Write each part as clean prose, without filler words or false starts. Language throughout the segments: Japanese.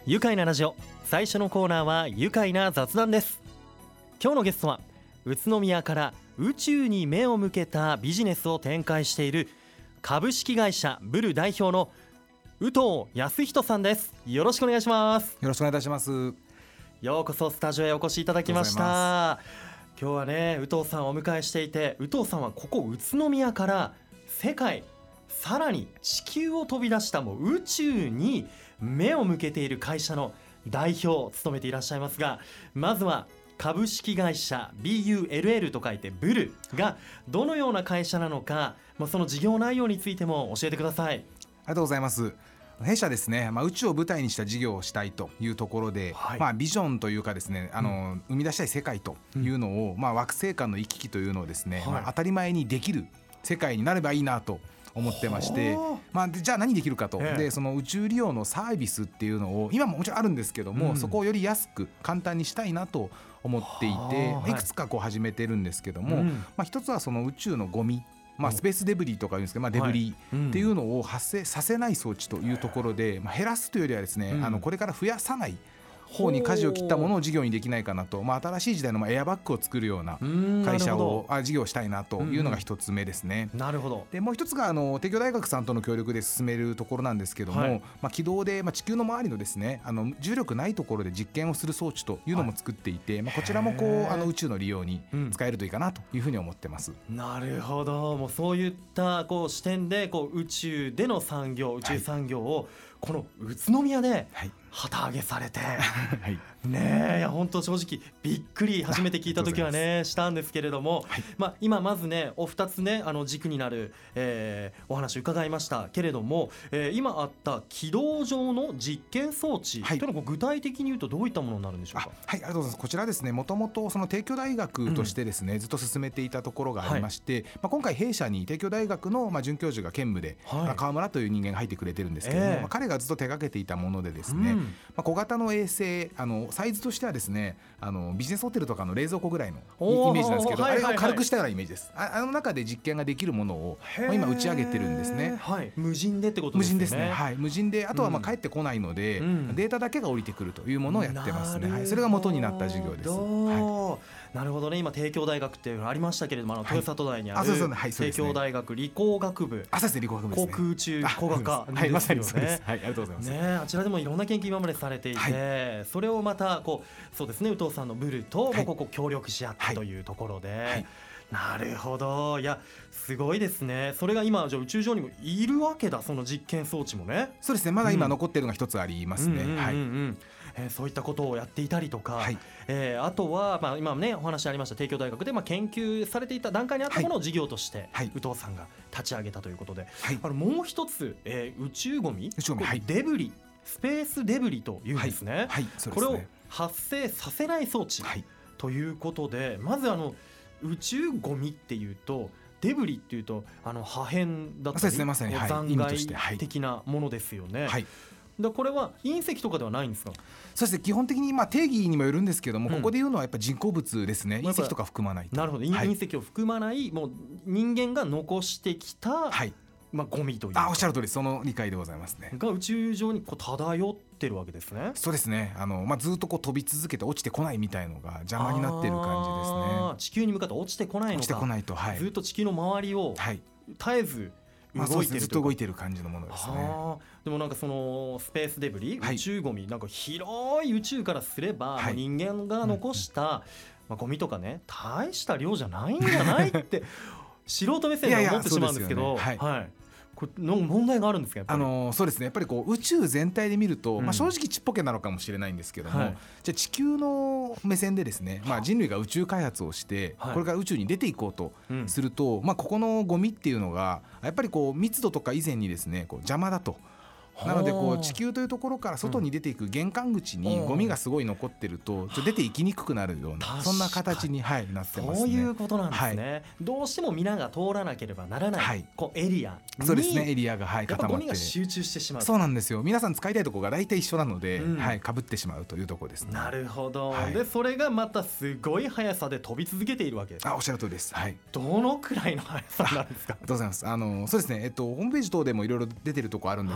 愉快なラジオ、最初のコーナーは愉快な雑談です。今日のゲストは宇都宮から宇宙に目を向けたビジネスを展開している株式会社ブル代表の宇藤康人さんです。よろしくお願いします。 よろしくお願いいたします。 ようこそスタジオへお越しいただきました。今日はね、宇藤さんをお迎えしていて、宇藤さんはここ宇都宮から世界、さらに地球を飛び出したもう宇宙に目を向けている会社の代表を務めていらっしゃいますが、まずは株式会社 BULL と書いてブルがどのような会社なのか、その事業内容についても教えてください。 ありがとうございます。弊社ですね、宇宙を舞台にした事業をしたいというところで、ビジョンというかですね、生み出したい世界というのを、惑星間の行き来というのをですね、当たり前にできる世界になればいいなと思ってまして、じゃあ何できるかと、でその宇宙利用のサービスっていうのを今ももちろんあるんですけども、そこをより安く簡単にしたいなと思っていて、いくつか始めてるんですけども、一つはその宇宙のゴミ、スペースデブリとか言うんですけど、デブリっていうのを発生させない装置というところで、減らすというよりはですね、これから増やさない方に舵を切ったものを事業にできないかなと、新しい時代のエアバッグを作るような会社を事業したいなというのが一つ目ですね。 なるほど。 でもう一つが帝京大学さんとの協力で進めるところなんですけども、軌道で地球の周りのですね、重力ないところで実験をする装置というのも作っていて、こちらも宇宙の利用に使えるといいかなというふうに思ってます。 なるほど。もうそういった視点で宇宙での産業、宇宙産業をこの宇都宮で旗揚げされて、ねえ、いや本当正直びっくり、初めて聞いた時はねしたんですけれども、今まずねお二つね軸になる、お話伺いましたけれども、今あった軌道上の実験装置というのは具体的に言うとどういったものになるんでしょうか。 ありがとうございます。こちらですね、もともとその帝京大学としてですね、ずっと進めていたところがありまして、今回弊社に帝京大学の准教授が兼務で、川村という人間が入ってくれてるんですけども、彼がずっと手掛けていたものでですね、小型の衛星、サイズとしてはですね、ビジネスホテルとかの冷蔵庫ぐらいのイメージなんですけど、あれを軽くしたようなイメージです。あの中で実験ができるものを今打ち上げてるんですね。 無人でってことですね。 無人ですね。無人で、あとは帰ってこないので、データだけが降りてくるというものをやってますね。それが元になった事業です。 なるほどね。今帝京大学っていうのありましたけれども、豊里大にある帝京大学理工学部、航空宇宙工学科ですよね。 ありがとうございます。 あちらでもいろんな研究今までされていて、それをまたそうですね、宇藤さんのブルと協力し合ってというところで、なるほど。いやすごいですね。それが今じゃ宇宙上にもいるわけだ、その実験装置もね。 そうですね、まだ今残っているのが一つありますね。 そういったことをやっていたりとか、あとは今ねお話ありました帝京大学で研究されていた段階にあったものを事業として宇藤さんが立ち上げたということで、もう一つ、宇宙ゴミ、デブリ、スペースデブリというんですね。これを発生させない装置ということで、まず宇宙ゴミっていうと、デブリっていうと破片だったり残骸的なものですよね。これは隕石とかではないんですか。 そうですね、基本的に定義にもよるんですけども、ここで言うのはやっぱり人工物ですね。隕石とか含まないと。 なるほど、隕石を含まない、もう人間が残してきた、ゴミというか、 おっしゃる通り、その理解でございますね。 が宇宙上に漂ってるわけですね。 そうですね。ずっと飛び続けて落ちてこないみたいのが邪魔になっている感じですね。 地球に向かって落ちてこないのか。 落ちてこないと、 ずっと地球の周りを絶えずずっと動いている感じのものですね。 でもそのスペースデブリ、宇宙ゴミ、広い宇宙からすれば、人間が残したゴミとかね、大した量じゃないんじゃないって素人目線で思ってしまうんですけど、これの問題があるんですか。 そうですね、やっぱり宇宙全体で見ると、正直ちっぽけなのかもしれないんですけども、じゃあ地球の目線でですね、人類が宇宙開発をして、これから宇宙に出ていこうとすると、ここのゴミっていうのがやっぱり密度とか以前にですね邪魔だと。なので地球というところから外に出ていく玄関口にゴミがすごい残ってると出ていきにくくなるような、そんな形になってますね。 そういうことなんですね。どうしても皆が通らなければならないエリアに、 そうですね、エリアが固まって、 ゴミが集中してしまう。 そうなんですよ。皆さん使いたいところが大体一緒なので、被ってしまうというところですね。 なるほど。でそれがまたすごい速さで飛び続けているわけです。 おっしゃる通りです。 どのくらいの速さなんですか。 ありがとうございます。そうですね、ホームページ等でもいろいろ出てるところあるんですが、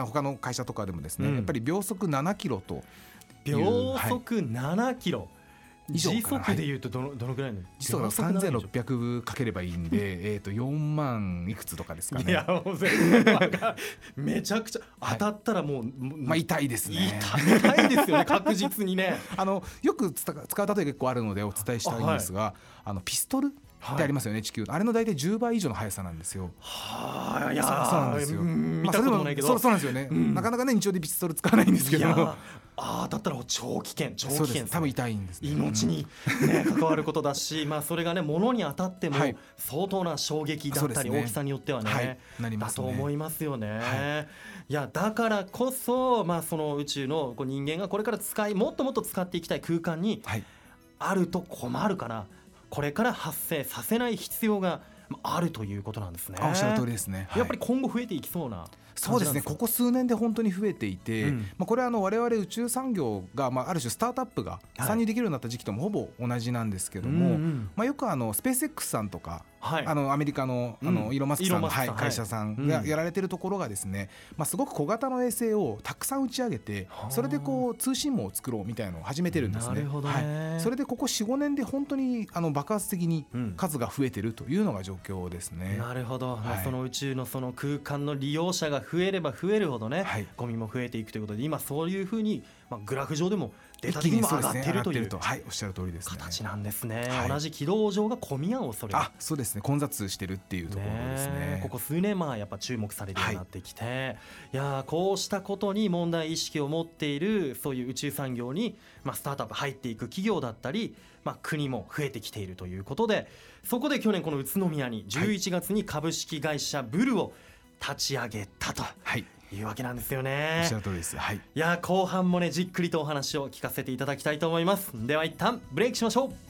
他の会社とかでもですね、やっぱり秒速7キロと秒速7キロ、時速でいうとどのくらいの？ 時速が3600かければいいんで4万いくつとかですかね。 いやもう全然めちゃくちゃ当たったらもう、 痛いですね。 痛いですよね確実にね。 よく使う例え結構あるのでお伝えしたいんですが、ピストルってありますよね、地球のあれの大体10倍以上の速さなんですよ。 いやそうなんですよ。 見たこともないけど、 そうなんですよね、なかなかね日常でピストル使わないんですけど、 だったら超危険そうです。多分痛いんですね。 命に、関わることだしそれがね物に当たっても相当な衝撃だったり、大きさによってはね、 なりますね。 だと思いますよね。いやだからこそ、その宇宙の人間がこれからもっともっと使っていきたい空間にあると困るから、これから発生させない必要があるということなんですね。 おっしゃる通りですね。 やっぱり今後増えていきそうな。 そうですね、ここ数年で本当に増えていて、これは我々宇宙産業が、ある種スタートアップが参入できるようになった時期ともほぼ同じなんですけども、よくスペース X さんとか、アメリカの、イーロン・マスクさんの会社さんがやられてるところがですね、すごく小型の衛星をたくさん打ち上げて、それで通信網を作ろうみたいなのを始めてるんですね。それでここ 4,5 年で本当に爆発的に数が増えてるというのが状況ですね。 なるほど、その宇宙のその空間の利用者が増えれば増えるほどね、ゴミも増えていくということで、今そういうふうに、グラフ上でもデータ的にも上がっているという、 おっしゃる通りですね、 形なんですね。同じ軌道上が混み合う恐れが、 そうですね、混雑してるっていうところですね。 ここ数年やっぱ注目されるようになってきて、いやこうしたことに問題意識を持っているそういう宇宙産業に、スタートアップ入っていく企業だったり、国も増えてきているということで、そこで去年この宇都宮に11月に株式会社ブルを立ち上げたというわけなんですよね。 おっしゃる通りです。いや後半もねじっくりとお話を聞かせていただきたいと思います。では一旦ブレイクしましょう。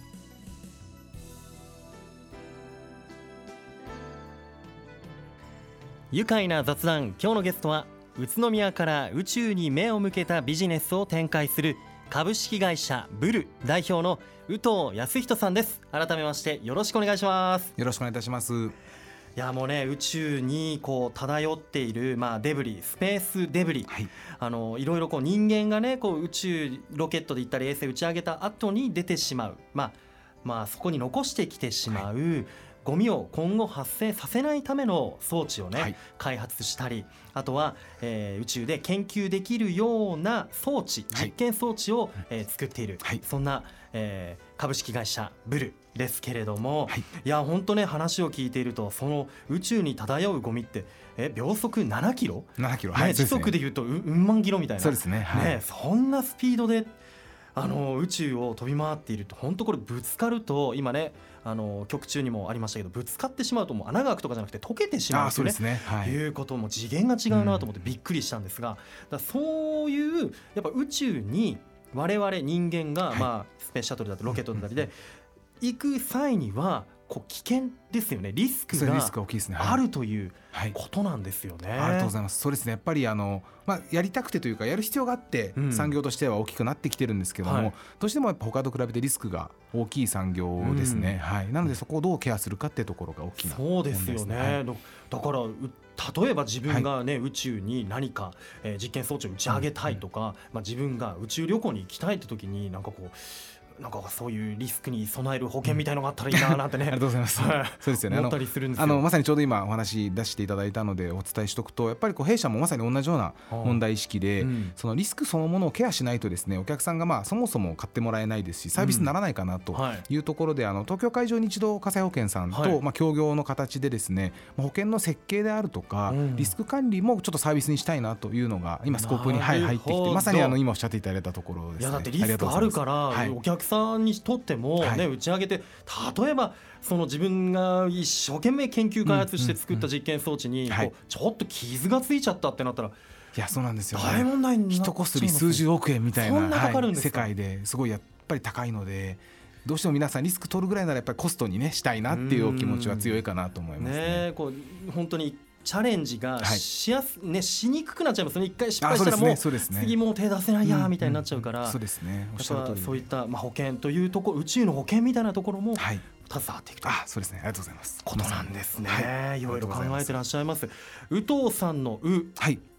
愉快な雑談、今日のゲストは宇都宮から宇宙に目を向けたビジネスを展開する株式会社ブル代表の宇藤康人さんです。改めましてよろしくお願いします。 よろしくお願いいたします。いやもうね宇宙に漂っているデブリ、スペースデブリ、いろいろ人間がね宇宙ロケットで行ったり衛星打ち上げた後に出てしまう、そこに残してきてしまう、ゴミを今後発生させないための装置をね、開発したり、あとは、宇宙で研究できるような装置、実験装置を、作っている、そんな、株式会社ブルですけれども、いや本当ね話を聞いていると、その宇宙に漂うゴミって秒速7キロ、時速でいうとうん万キロみたいな、 そうですね、 そんなスピードで宇宙を飛び回っていると、本当これぶつかると、今ね曲中にもありましたけど、ぶつかってしまうともう穴が開くとかじゃなくて溶けてしまうということも次元が違うなと思ってびっくりしたんですが、そういうやっぱ宇宙に我々人間が、スペースシャトルだったりロケットだったりで行く際には危険ですよね。リスクがあるということなんですよね。 ありがとうございます。そうですね、やっぱりやりたくてというかやる必要があって産業としては大きくなってきてるんですけども、どうしてもやっぱ他と比べてリスクが大きい産業ですね。なのでそこをどうケアするかっていうところが大きな問題ですね。 そうですよね。だから例えば自分が宇宙に何か実験装置を打ち上げたいとか、自分が宇宙旅行に行きたいって時になんかそういうリスクに備える保険みたいのがあったらいいななんてねありがとうございます。そうですよね。 思ったりするんですよ。 まさにちょうど今お話出していただいたのでお伝えしておくと、やっぱり弊社もまさに同じような問題意識で、そのリスクそのものをケアしないとですね、お客さんがそもそも買ってもらえないですし、サービスにならないかなというところで、東京海上日動火災保険さんと協業の形でですね、保険の設計であるとか、リスク管理もちょっとサービスにしたいなというのが今スコープに入ってきて、まさに今おっしゃっていただいたところですね。 いやだってリスクあるからお客さんにとっても打ち上げて、例えばその自分が一生懸命研究開発して作った実験装置にちょっと傷がついちゃったってなったら、 いやそうなんですよ、 大問題になっちゃいます。 一こすり数十億円みたいな世界ですごいやっぱり高いので、どうしても皆さんリスク取るぐらいならやっぱりコストにねしたいなっていうお気持ちは強いかなと思いますね。 本当にチャレンジがしにくくなっちゃいますね。一回失敗したらもう次もう手出せないやみたいになっちゃうから、 そうですね、おっしゃる通り。 そういった保険というところ、宇宙の保険みたいなところも携わっていくと、 そうですね、ありがとうございます。 ことなんですね。いろいろ考えてらっしゃいます。宇藤さんの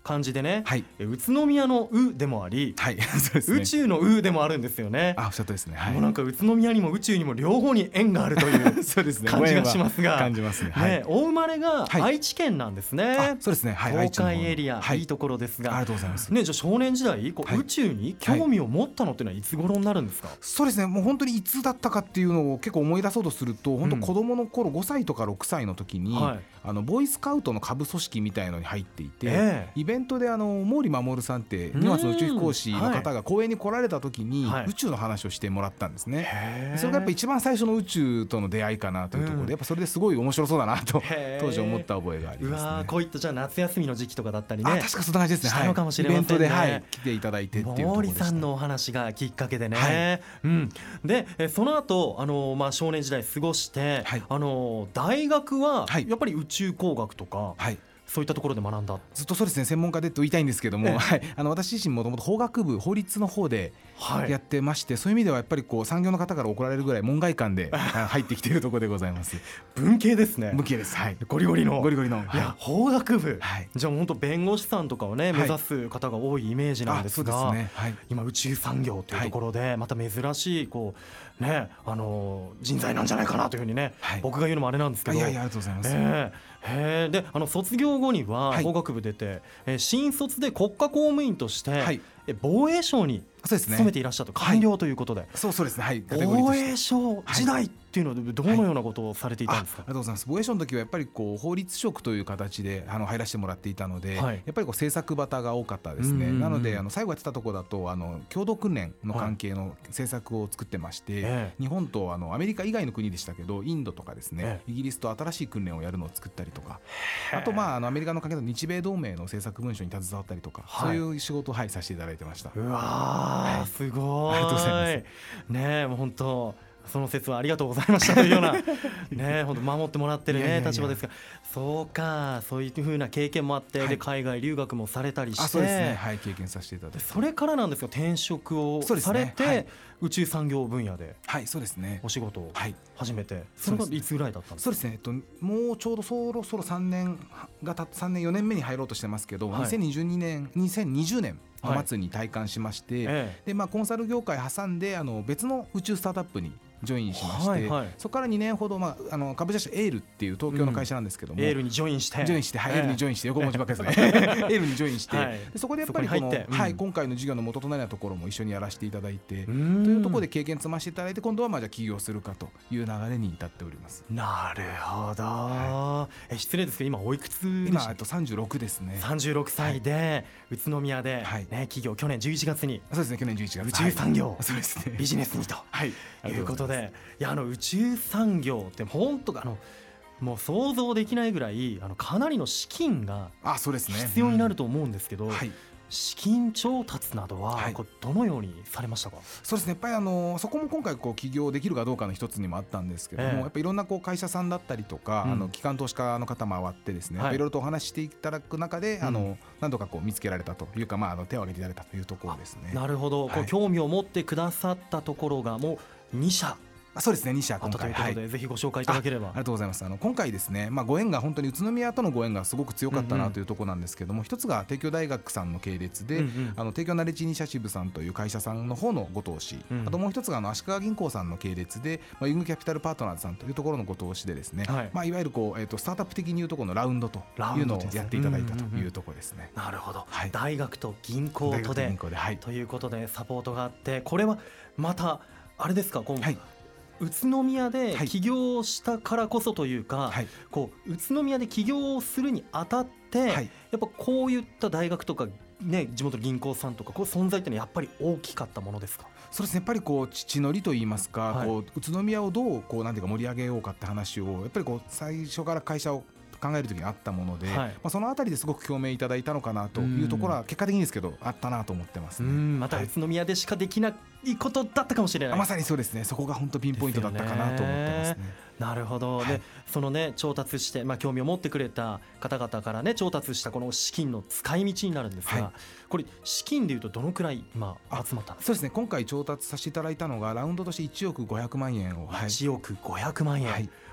漢字でね、宇都宮の宇でもあり、そうですね、宇宙の宇でもあるんですよね。 おっしゃったですね。 もうなんか宇都宮にも宇宙にも両方に縁があるというそうですね、 感じがしますが、 感じますね。 お生まれが愛知県なんですね。 そうですね、 東海エリア、いいところですが、 ありがとうございます。 じゃあ少年時代宇宙に興味を持ったのってのはいつ頃になるんですか？ そうですね、もう本当にいつだったかっていうのを結構思い出そうとすると、本当子供の頃5歳とか6歳の時に、ボーイスカウトの下部組織みたいのに入っていて、イベントで毛利衛さんって2月の宇宙飛行士の方が公園に来られた時に宇宙の話をしてもらったんですね。それがやっぱ一番最初の宇宙との出会いかなというところで、やっぱそれですごい面白そうだなと当時思った覚えがありますね。 こういったじゃあ夏休みの時期とかだったりね、 確かそんな感じですね。 したのかもしれませんね。 イベントで来ていただいてっていうところでした。 毛利さんのお話がきっかけでね、でその後少年時代過ごして、大学はやっぱり宇宙工学とか、そういったところで学んだ。 ずっとそうですね、専門家でと言いたいんですけども、私自身もともと法学部、法律の方でやってまして、そういう意味ではやっぱり産業の方から怒られるぐらい門外漢で入ってきているところでございます。 文系ですね。 文系です。 ゴリゴリの。 いや法学部、じゃあ本当弁護士さんとかをね目指す方が多いイメージなんですが、今宇宙産業というところでまた珍しい人材なんじゃないかなというふうにね、僕が言うのもあれなんですけど。 ありがとうございます。 で卒業後には法学部出て、新卒で国家公務員として、防衛省に勤めていらっしゃると、官僚ということで、 そうですね、 防衛省時代っていうのはどのようなことをされていたんですか？ ありがとうございます。防衛省の時はやっぱり法律職という形で入らせてもらっていたので、やっぱり政策旗が多かったですね。なので最後やってたところだと共同訓練の関係の政策を作ってまして、日本とアメリカ以外の国でしたけどインドとかですね、イギリスと新しい訓練をやるのを作ったりとか、あとアメリカの関係の日米同盟の政策文書に携わったりとか、そういう仕事をさせていただいてました。 うわー、すごい。 ありがとうございますね。もう本当その説はありがとうございましたというようなね、本当守ってもらってるね立場ですが、そうか、そういう風な経験もあって、で海外留学もされたりして、 そうですね、経験させていただいて、 それからなんですが転職をされて、宇宙産業分野でそうですね、 お仕事を始めて、それがいつぐらいだったんですか？ そうですね、もうちょうどそろそろ3年4年目に入ろうとしてますけど、2020年の末に退官しまして、でコンサル業界挟んで別の宇宙スタートアップにジョインしまして、そこから2年ほど、株式会社エールっていう東京の会社なんですけども、 エールにジョインして、エールにジョインして、横文字ばっかりですねエールにジョインして、そこでやっぱり今回の事業の元となるところも一緒にやらせていただいてというところで経験積ませていただいて、今度はじゃあ起業するかという流れに至っております。 なるほど。失礼ですけど今おいくつでした？ 今36ですね。 36歳で宇都宮で企業、去年11月に、 そうですね、去年11月宇宙産業ね、 ビジネスにということで、いや宇宙産業って本当もう想像できないぐらいかなりの資金が必要になると思うんですけど、資金調達などはどのようにされましたか？ そうですね、やっぱりそこも今回起業できるかどうかの一つにもあったんですけども、やっぱりいろんな会社さんだったりとか、機関投資家の方も回ってですね、いろいろとお話していただく中で何度か見つけられたというか、手を挙げていただいたというところですね。 なるほど、興味を持ってくださったところがもう2社そうですね、2社今回ということで、ぜひご紹介いただければ。 ありがとうございます。今回ですね、ご縁が本当に宇都宮とのご縁がすごく強かったなというところなんですけども、一つが帝京大学さんの系列で、帝京ナレッジイニシアチブさんという会社さんの方のご投資、あともう一つが足利銀行さんの系列で、ユングキャピタルパートナーズさんというところのご投資でですね、いわゆるスタートアップ的にいうところのラウンドというのをやっていただいたというところですね。 なるほど、大学と銀行とでということでサポートがあって、これはまたあれですか、宇都宮で起業したからこそというか、宇都宮で起業をするにあたって、やっぱこういった大学とか、地元の銀行さんとか存在っていうのはやっぱり大きかったものですか？ そうですね、やっぱり地の利といいますか、宇都宮をどうなんていうか盛り上げようかって話をやっぱり最初から会社を考える時にあったもので、そのあたりですごく共鳴いただいたのかなというところは結果的にですけどあったなと思ってますね。 また宇都宮でしかできないことだったかもしれない。 まさにそうですね、そこが本当ピンポイントだったかなと思ってますね。 なるほど、でその調達して、興味を持ってくれた方々から調達したこの資金の使い道になるんですが、これ資金でいうとどのくらい今集まったんですか？ そうですね、今回調達させていただいたのがラウンドとして1億500万円を。 1億500万円、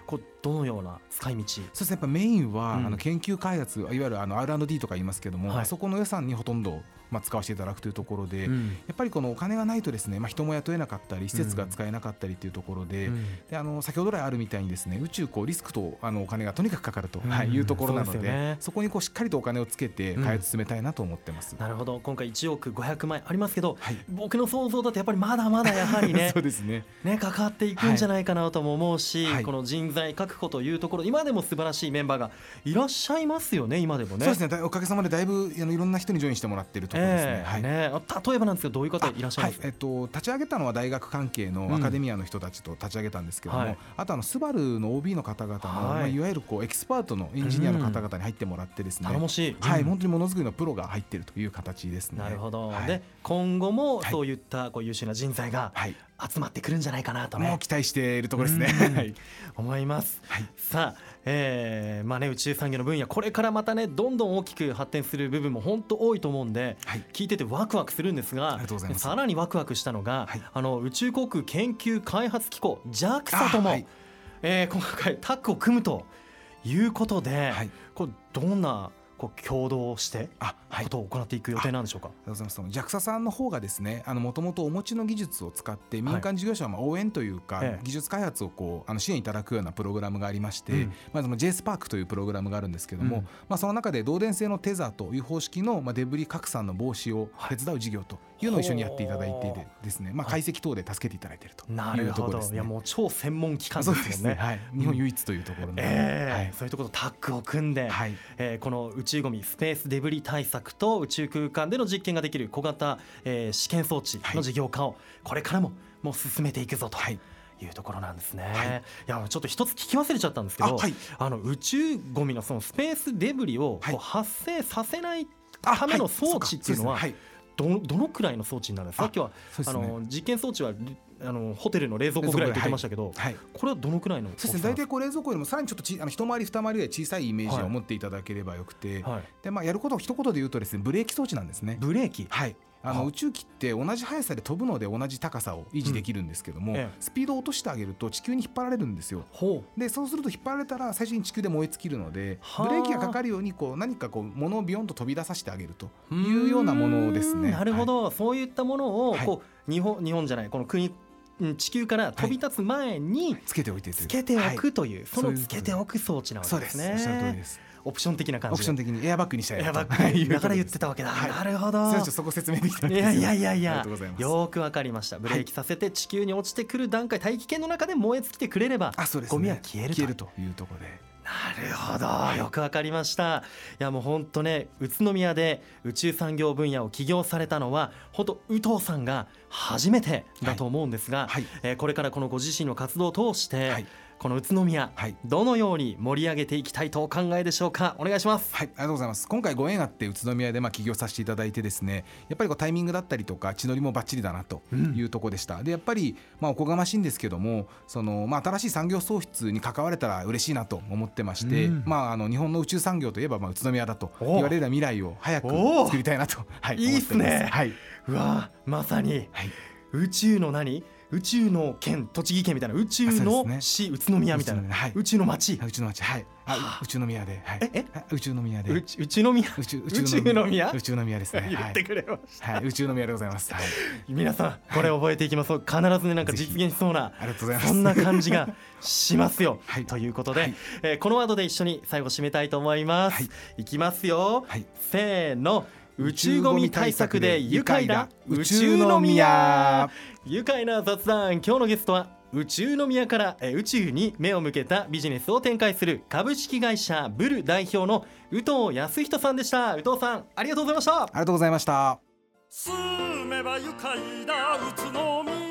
こうどのような使い道？ そうですね、やっぱメインは、研究開発、いわゆるR&D とか言いますけども、あそこの予算にほとんど使わせていただくというところで、やっぱりこのお金がないとですね、人も雇えなかったり施設が使えなかったりというところで、先ほど来あるみたいにですね、宇宙リスクとお金がとにかくかかるというところなので、そこにしっかりとお金をつけて開発進めたいなと思ってます。 なるほど。今回1億500万円ありますけど、僕の想像だとやっぱりまだまだやはりねそうですね、 かかっていくんじゃないかなとも思うし、この人材確保というところ、今でも素晴らしいメンバーがいらっしゃいますよね、今でもね。 そうですね、おかげさまでだいぶいろんな人にジョインしてもらっているところですね。 例えばなんですけど、どういう方いらっしゃいます？ 立ち上げたのは大学関係のアカデミアの人たちと立ち上げたんですけども、あとスバルの OB の方々の、いわゆるエキスパートのエンジニアの方々に入ってもらってですね、 頼もしい、 本当にものづくりのプロが入っているという形ですね。 なるほど、で今後もそういった優秀な人材が集まってくるんじゃないかなとね、 もう期待しているところですね思います。さあ、宇宙産業の分野、これからまたねどんどん大きく発展する部分も本当多いと思うんで、聞いててワクワクするんですが、さらにワクワクしたのが、宇宙航空研究開発機構 JAXA とも、今回タッグを組むということで、これどんな共同してことを行っていく予定なんでしょうか？ JAXA さんの方がですね、もともとお持ちの技術を使って民間事業者を応援というか、技術開発を支援いただくようなプログラムがありまして、その JSPARK というプログラムがあるんですけども、その中で導電性のテザーという方式のデブリ拡散の防止を手伝う事業というのを一緒にやっていただいてですね、解析等で助けていただいているというところですね。 いや、もう超専門機関ですよね。 日本唯一というところで、 そういうところとタッグを組んで、この宇宙ゴミスペースデブリ対策と宇宙空間での実験ができる小型、試験装置の事業化をこれからもう進めていくぞというところなんですね。いや、ちょっと一つ聞き忘れちゃったんですけど、宇宙ゴミのそのスペースデブリを発生させないための装置っていうのはどのくらいの装置になるんですか？さっきは実験装置はホテルの冷蔵庫ぐらいと言ってましたけど、これはどのくらいの？ そうですね、大体冷蔵庫よりもさらにちょっと一回り二回りぐらい小さいイメージを持っていただければよくて、でやることを一言で言うとですね、ブレーキ装置なんですね。 ブレーキ？ 宇宙機って同じ速さで飛ぶので同じ高さを維持できるんですけども、スピードを落としてあげると地球に引っ張られるんですよ。でそうすると引っ張られたら最初に地球で燃え尽きるので、ブレーキがかかるように何か物をビヨンと飛び出させてあげるというようなものですね。 なるほど、そういったものを日本じゃない、この国地球から飛び立つ前につけておくという、そのつけておく装置なわけですね。 おっしゃる通りです。 オプション的な感じで、 オプション的にエアバッグにしたい、 エアバッグだから言ってたわけだ。なるほど、 そこ説明できたんですよ。 いやよくわかりました。ブレーキさせて地球に落ちてくる段階、大気圏の中で燃え尽きてくれればゴミは消えるというところで。 なるほど、よくわかりました。いや、もう本当ね、宇都宮で宇宙産業分野を起業されたのは本当宇藤さんが初めてだと思うんですが、これからこのご自身の活動を通して、この宇都宮、どのように盛り上げていきたいとお考えでしょうか？お願いします。 ありがとうございます。今回ご縁あって宇都宮で起業させていただいてですね、やっぱりタイミングだったりとか地のりもバッチリだなというところでした。でやっぱりおこがましいんですけども、新しい産業創出に関われたら嬉しいなと思ってまして、日本の宇宙産業といえば宇都宮だと言われるような未来を早く作りたいなといいですね。うわ、まさに宇宙の宇宙の県、栃木県みたいな、宇宙の市、宇都宮みたいな、宇宙の町、 宇宙の宮で、宇宙の宮で、 宇宙の宮ですね。 言ってくれました。 宇宙の宮でございます。 皆さんこれ覚えていきましょう。必ずね、なんか実現しそうなそんな感じがしますよ。ということで、このワードで一緒に最後締めたいと思います。いきますよ。せーの。宇宙ゴミ対策で愉快な宇宙の宮。愉快な雑談、今日のゲストは宇宙の宮から宇宙に目を向けたビジネスを展開する株式会社ブル代表の宇藤康人さんでした。宇藤さん、ありがとうございました。 ありがとうございました。 住めば愉快な宇都宮。